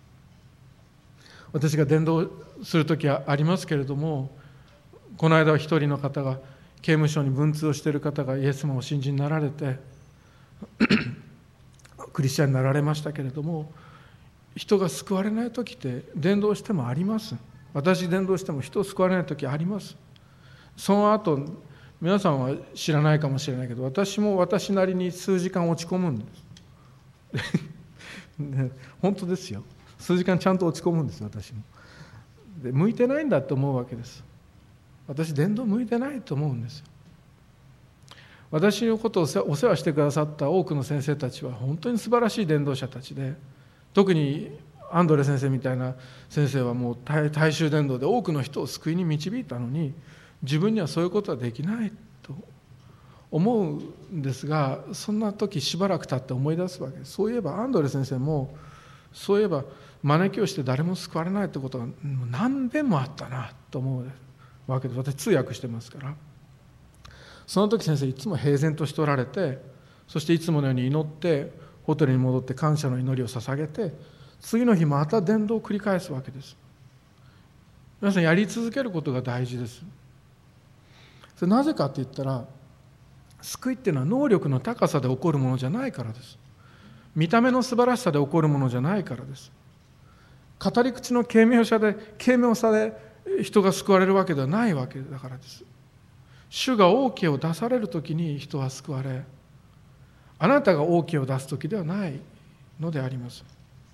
私が伝道するときはありますけれども、この間は一人の方が、刑務所に文通をしている方がイエス様を信じになられてクリスチャンになられましたけれども、 人が救われない時って伝道してもあります。私伝道しても人を救われない時あります。その後皆さんは知らないかもしれないけど、私も私なりに数時間落ち込むんですね、本当ですよ。数時間ちゃんと落ち込むんです。私もで向いてないんだと思うわけです。私伝道向いてないと思うんですよ。私のことをお世話してくださった多くの先生たちは本当に素晴らしい伝道者たちで、特にアンドレ先生みたいな先生はもう大衆伝道で多くの人を救いに導いたのに、自分にはそういうことはできないと思うんですが、そんな時しばらく経って思い出すわけです。そういえばアンドレ先生もそういえば招きをして誰も救われないってことが何遍もあったなと思うわけです。私通訳してますから。その時先生いつも平然としておられて、そしていつものように祈ってホテルに戻って感謝の祈りを捧げて、次の日また伝道を繰り返すわけです。皆さんやり続けることが大事です。それなぜかって言ったら、救いっていうのは能力の高さで起こるものじゃないからです。見た目の素晴らしさで起こるものじゃないからです。語り口の軽妙さで軽妙さで人が救われるわけではないわけだからです。主が オーケー を出されるときに人は救われ、あなたが オーケー を出すときではないのであります。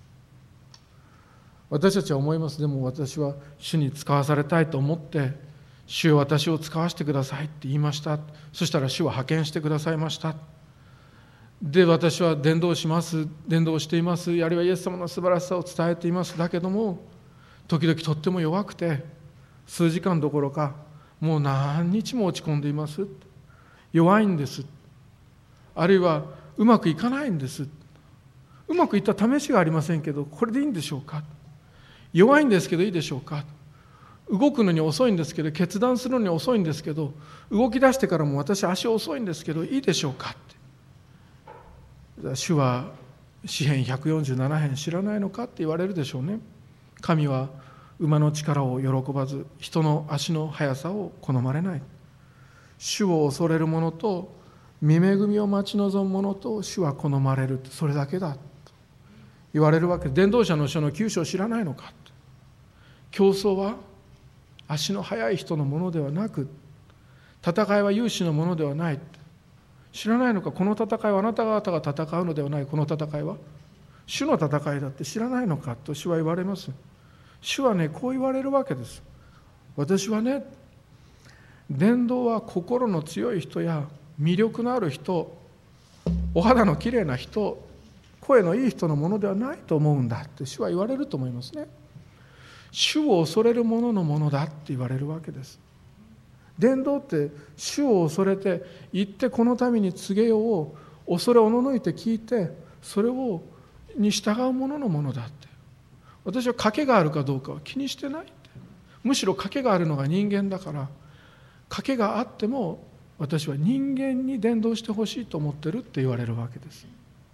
私たちは思います。でも私は主に使わされたいと思って、主よ私を使わせてくださいって言いました。そしたら主は派遣してくださいました。で、私は伝道します、伝道しています、あるいはイエス様の素晴らしさを伝えています。だけども時々とっても弱くて、数時間どころかもう何日も落ち込んでいます。弱いんです。あるいはうまくいかないんです。うまくいった試しがありませんけど、これでいいんでしょうか。弱いんですけどいいでしょうか。動くのに遅いんですけど、決断するのに遅いんですけど、動き出してからも私足遅いんですけどいいでしょうかって。主は詩編ひゃくよんじゅうなな編知らないのかって言われるでしょうね。神は馬の力を喜ばず、人の足の速さを好まれない。主を恐れる者と御恵みを待ち望む者と主は好まれる、それだけだと言われるわけ。伝道者の書のきゅう章を知らないのか。競争は足の速い人のものではなく、戦いは勇士のものではない。知らないのか。この戦いはあなた方が戦うのではない。この戦いは主の戦いだって知らないのかと主は言われます。主はね、こう言われるわけです。私はね、伝道は心の強い人や魅力のある人、お肌のきれいな人、声のいい人のものではないと思うんだって主は言われると思いますね。主を恐れる者のものだって言われるわけです。伝道って主を恐れて行ってこの民に告げよう、恐れおののいて聞いてそれをに従う者のものだって。私は賭けがあるかどうかは気にしてないって。むしろ賭けがあるのが人間だから、賭けがあっても私は人間に伝道してほしいと思ってるって言われるわけです。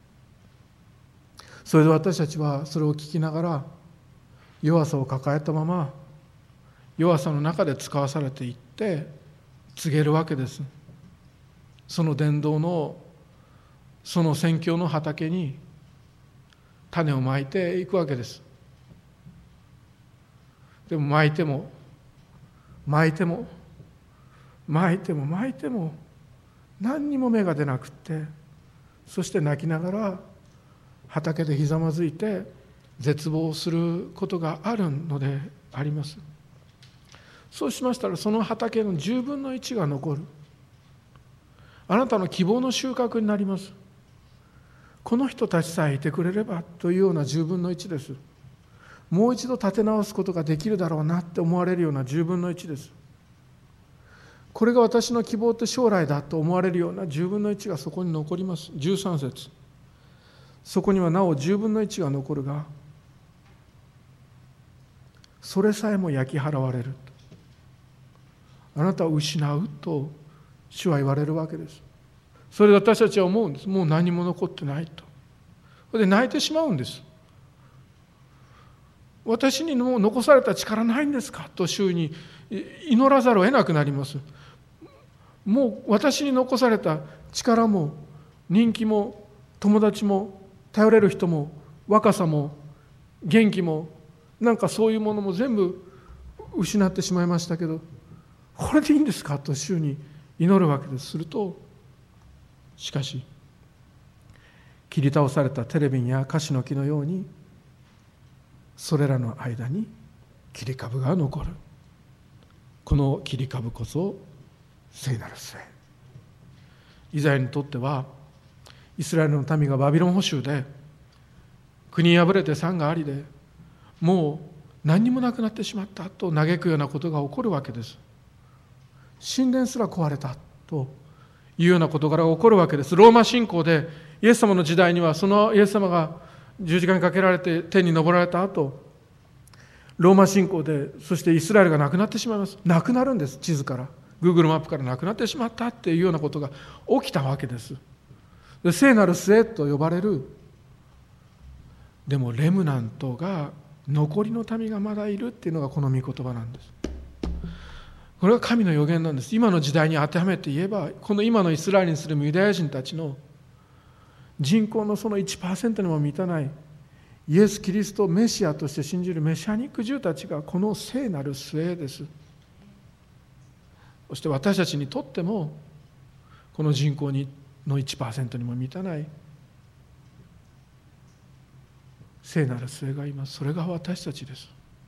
それで私たちはそれを聞きながら弱さを抱えたまま弱さの中で使わされていって告げるわけです。その伝道のその宣教の畑に種をまいていくわけです。でもまいてもまいてもまいてもまいても何にも芽が出なくって、そして泣きながら畑でひざまずいて絶望することがあるのであります。そうしましたらその畑のじゅうぶんのいちが残る。あなたの希望の収穫になります。この人たちさえいてくれればというようなじゅうぶんのいちです。もう一度立て直すことができるだろうなって思われるようなじゅうぶんのいちです。これが私の希望って将来だと思われるようなじゅうぶんのいちがそこに残ります。じゅうさん節、そこにはなおじゅうぶんのいちが残るが、それさえも焼き払われる。あなたを失うと主は言われるわけです。それで私たちは思うんです。もう何も残ってないと。それで泣いてしまうんです。私にもう残された力ないんですかと主に祈らざるを得なくなります。もう私に残された力も人気も友達も頼れる人も若さも元気もなんかそういうものも全部失ってしまいましたけど、これでいいんですかと主に祈るわけです。すると、しかし切り倒されたテレビやカシの木のように、それらの間に切り株が残る。この切り株こそ聖なる末。イザヤにとっては、イスラエルの民がバビロン捕囚で、国破れて山がありで、もう何にもなくなってしまったと嘆くようなことが起こるわけです。神殿すら壊れたというような事柄が起こるわけです。ローマ侵攻でイエス様の時代には、そのイエス様が十字架にかけられて天に昇られた後、ローマ侵攻で、そしてイスラエルがなくなってしまいます。なくなるんです。地図から、Google マップからなくなってしまったっていうようなことが起きたわけです。で、聖なる末と呼ばれる、でもレムナントが、残りの民がまだいるっていうのがこの御言葉なんです。これが神の予言なんです。今の時代に当てはめて言えば、この今のイスラエルに住むユダヤ人たちの人口のその いちパーセント にも満たないイエス・キリストをメシアとして信じるメシアニックJewたちがこの聖なる末です。そして私たちにとってもこの人口の いちパーセント にも満たない聖なる末がいます。それが私たちです。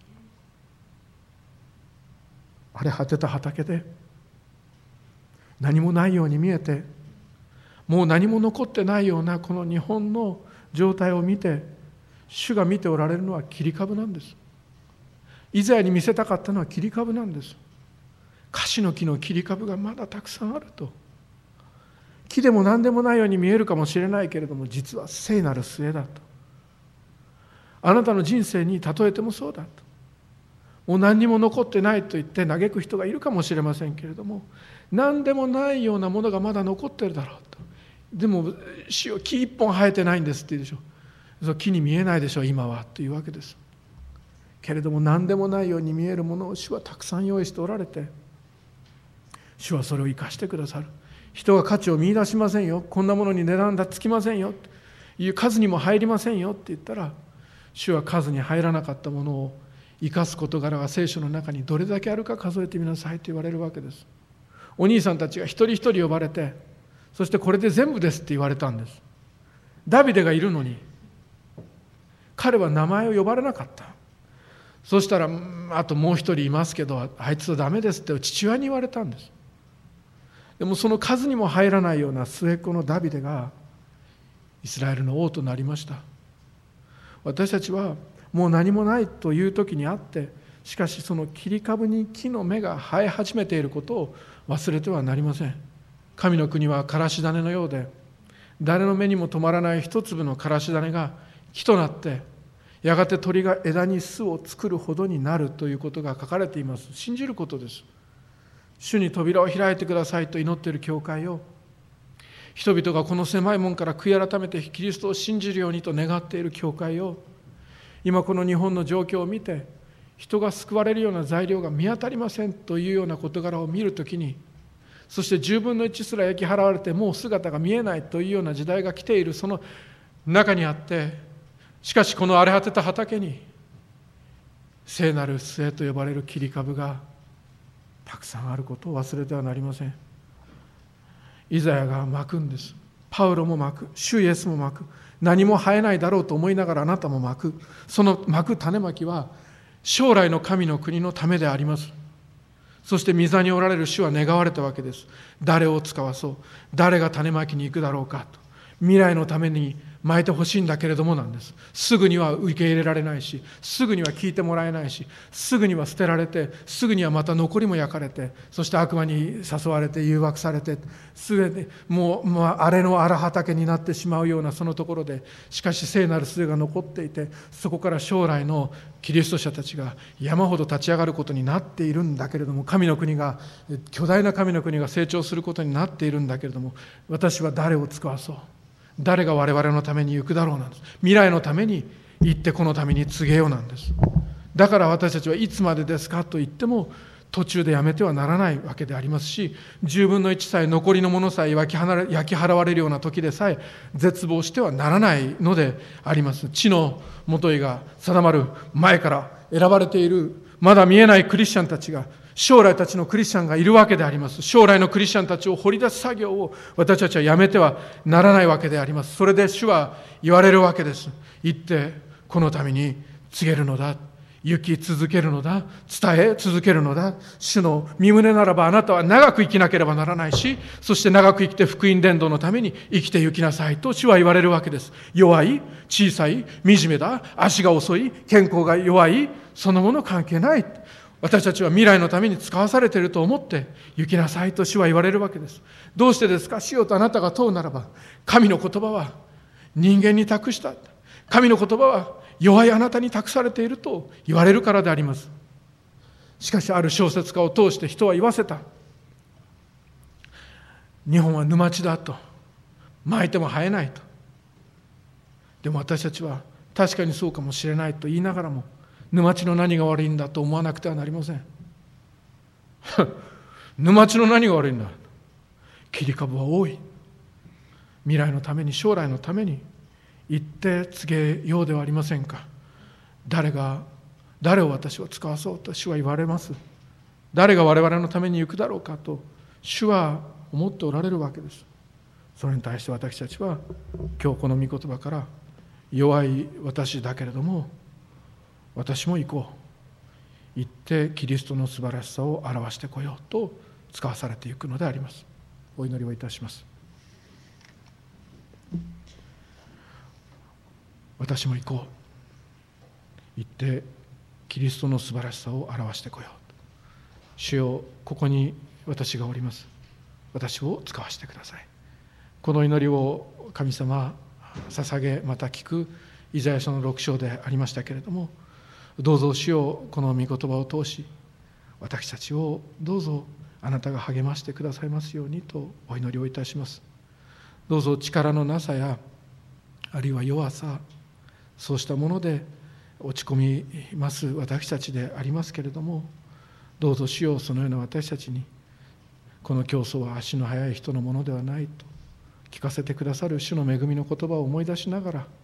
荒れ果てた畑で何もないように見えて、もう何も残ってないようなこの日本の状態を見て、主が見ておられるのは切り株なんです。イザヤに見せたかったのは切り株なんです。カシの木の切り株がまだたくさんあると。木でも何でもないように見えるかもしれないけれども、実は聖なる末だと。あなたの人生に例えてもそうだと。もう何にも残ってないと言って嘆く人がいるかもしれませんけれども、何でもないようなものがまだ残ってるだろうと。でも主よ、木一本生えてないんですって言うでしょ。そう木に見えないでしょう今はというわけです。けれども何でもないように見えるものを主はたくさん用意しておられて、主はそれを生かしてくださる。人が価値を見出しませんよ、こんなものに値段がつきませんよという数にも入りませんよって言ったら、主は数に入らなかったものを生かす事柄が聖書の中にどれだけあるか数えてみなさいと言われるわけです。お兄さんたちが一人一人呼ばれて、そしてこれで全部ですって言われたんです。ダビデがいるのに彼は名前を呼ばれなかった。そしたら、あともう一人いますけど、あいつはダメですって父親に言われたんです。でもその数にも入らないような末っ子のダビデがイスラエルの王となりました。私たちはもう何もないという時にあって、しかしその切り株に木の芽が生え始めていることを忘れてはなりません。神の国はからし種のようで、誰の目にも止まらない一粒のからし種が木となって、やがて鳥が枝に巣を作るほどになるということが書かれています。信じることです。主に扉を開いてくださいと祈っている教会を、人々がこの狭い門から悔い改めてキリストを信じるようにと願っている教会を、今この日本の状況を見て、人が救われるような材料が見当たりませんというような事柄を見るときに、そしてじゅうぶんのいちすら焼き払われてもう姿が見えないというような時代が来ているその中にあって、しかしこの荒れ果てた畑に聖なる末と呼ばれる切り株がたくさんあることを忘れてはなりません。イザヤがまくんです。パウロもまく、主イエスもまく、何も生えないだろうと思いながらあなたもまく。そのまく種まきは将来の神の国のためであります。そして御座におられる主は願われたわけです。誰を使わそう、誰が種まきに行くだろうかと。未来のためにまいてほしいんだけれどもなんです。すぐには受け入れられないし、すぐには聞いてもらえないし、すぐには捨てられて、すぐにはまた残りも焼かれて、そして悪魔に誘われて誘惑されて、すぐにもう、まあ、荒れの荒畑になってしまうようなそのところで、しかし聖なる末が残っていて、そこから将来のキリスト者たちが山ほど立ち上がることになっているんだけれども、神の国が、巨大な神の国が成長することになっているんだけれども、私は誰を使わそう、誰が我々のために行くだろうなんです。未来のために行ってこのために告げようなんです。だから私たちはいつまでですかと言っても途中でやめてはならないわけでありますし、じゅうぶんのいちさえ残りのものさえ焼き払焼き払われるような時でさえ絶望してはならないのであります。地のもといが定まる前から選ばれているまだ見えないクリスチャンたちが、将来たちのクリスチャンがいるわけであります。将来のクリスチャンたちを掘り出す作業を私たちはやめてはならないわけであります。それで主は言われるわけです。行ってこのために告げるのだ、行き続けるのだ、伝え続けるのだ。主の身胸ならばあなたは長く生きなければならないし、そして長く生きて福音伝道のために生きて行きなさいと主は言われるわけです。弱い、小さい、惨めだ、足が遅い、健康が弱い、そのもの関係ない。私たちは未来のために使わされていると思って行きなさいと主は言われるわけです。どうしてですか。主よとあなたが問うならば、神の言葉は人間に託した。神の言葉は弱いあなたに託されていると言われるからであります。しかしある小説家を通して人は言わせた。日本は沼地だと、巻いても生えないと。でも私たちは確かにそうかもしれないと言いながらも、沼地の何が悪いんだと思わなくてはなりません。沼地の何が悪いんだ。切り株は多い。未来のために、将来のために言って告げようではありませんか。誰が誰を私は使わそうと主は言われます。誰が我々のために行くだろうかと主は思っておられるわけです。それに対して私たちは今日この御言葉から、弱い私だけれども私も行こう、行ってキリストの素晴らしさを表してこようと使わされていくのであります。お祈りをいたします。私も行こう、行ってキリストの素晴らしさを表してこよう。主よ、ここに私がおります。私を使わせてください。この祈りを神様捧げ、また聞くイザヤ書のろく章でありましたけれども、どうぞ主よ、この御言葉を通し私たちをどうぞあなたが励ましてくださいますようにとお祈りをいたします。どうぞ力のなさやあるいは弱さ、そうしたもので落ち込みます私たちでありますけれども、どうぞ主よ、そのような私たちにこの競争は足の速い人のものではないと聞かせてくださる主の恵みの言葉を思い出しながら、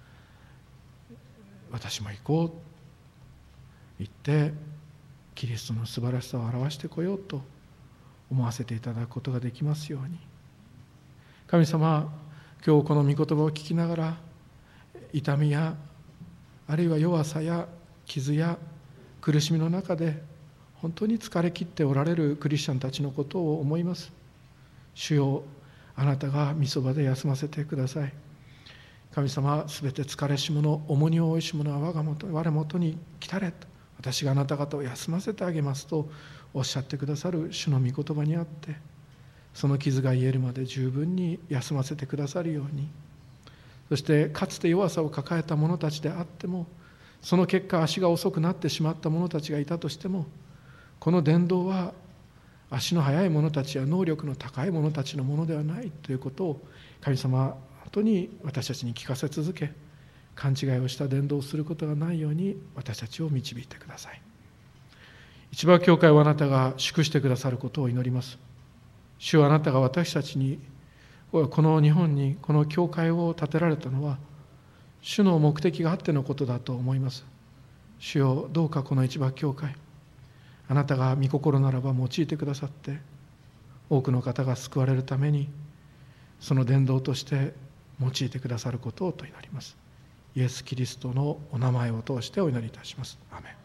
私も行こう、行ってキリストの素晴らしさを表してこようと思わせていただくことができますように。神様、今日この御言葉を聞きながら、痛みやあるいは弱さや傷や苦しみの中で本当に疲れ切っておられるクリスチャンたちのことを思います。主よ、あなたが御そばで休ませてください。神様、すべて疲れし者、重荷を負いし者は我がもと我もとに来たれと、私があなた方を休ませてあげますとおっしゃってくださる主の御言葉にあって、その傷が癒えるまで十分に休ませてくださるように、そしてかつて弱さを抱えた者たちであっても、その結果足が遅くなってしまった者たちがいたとしても、この伝道は足の速い者たちや能力の高い者たちのものではないということを神様、本当に私たちに聞かせ続け、勘違いをした伝道をすることがないように私たちを導いてください。一番教会をあなたが祝してくださることを祈ります。主はあなたが私たちに、この日本にこの教会を建てられたのは主の目的があってのことだと思います。主よ、どうかこの一番教会、あなたが御心ならば用いてくださって、多くの方が救われるためにその伝道として用いてくださることをと祈ります。イエス・キリストのお名前を通してお祈りいたします。アーメン。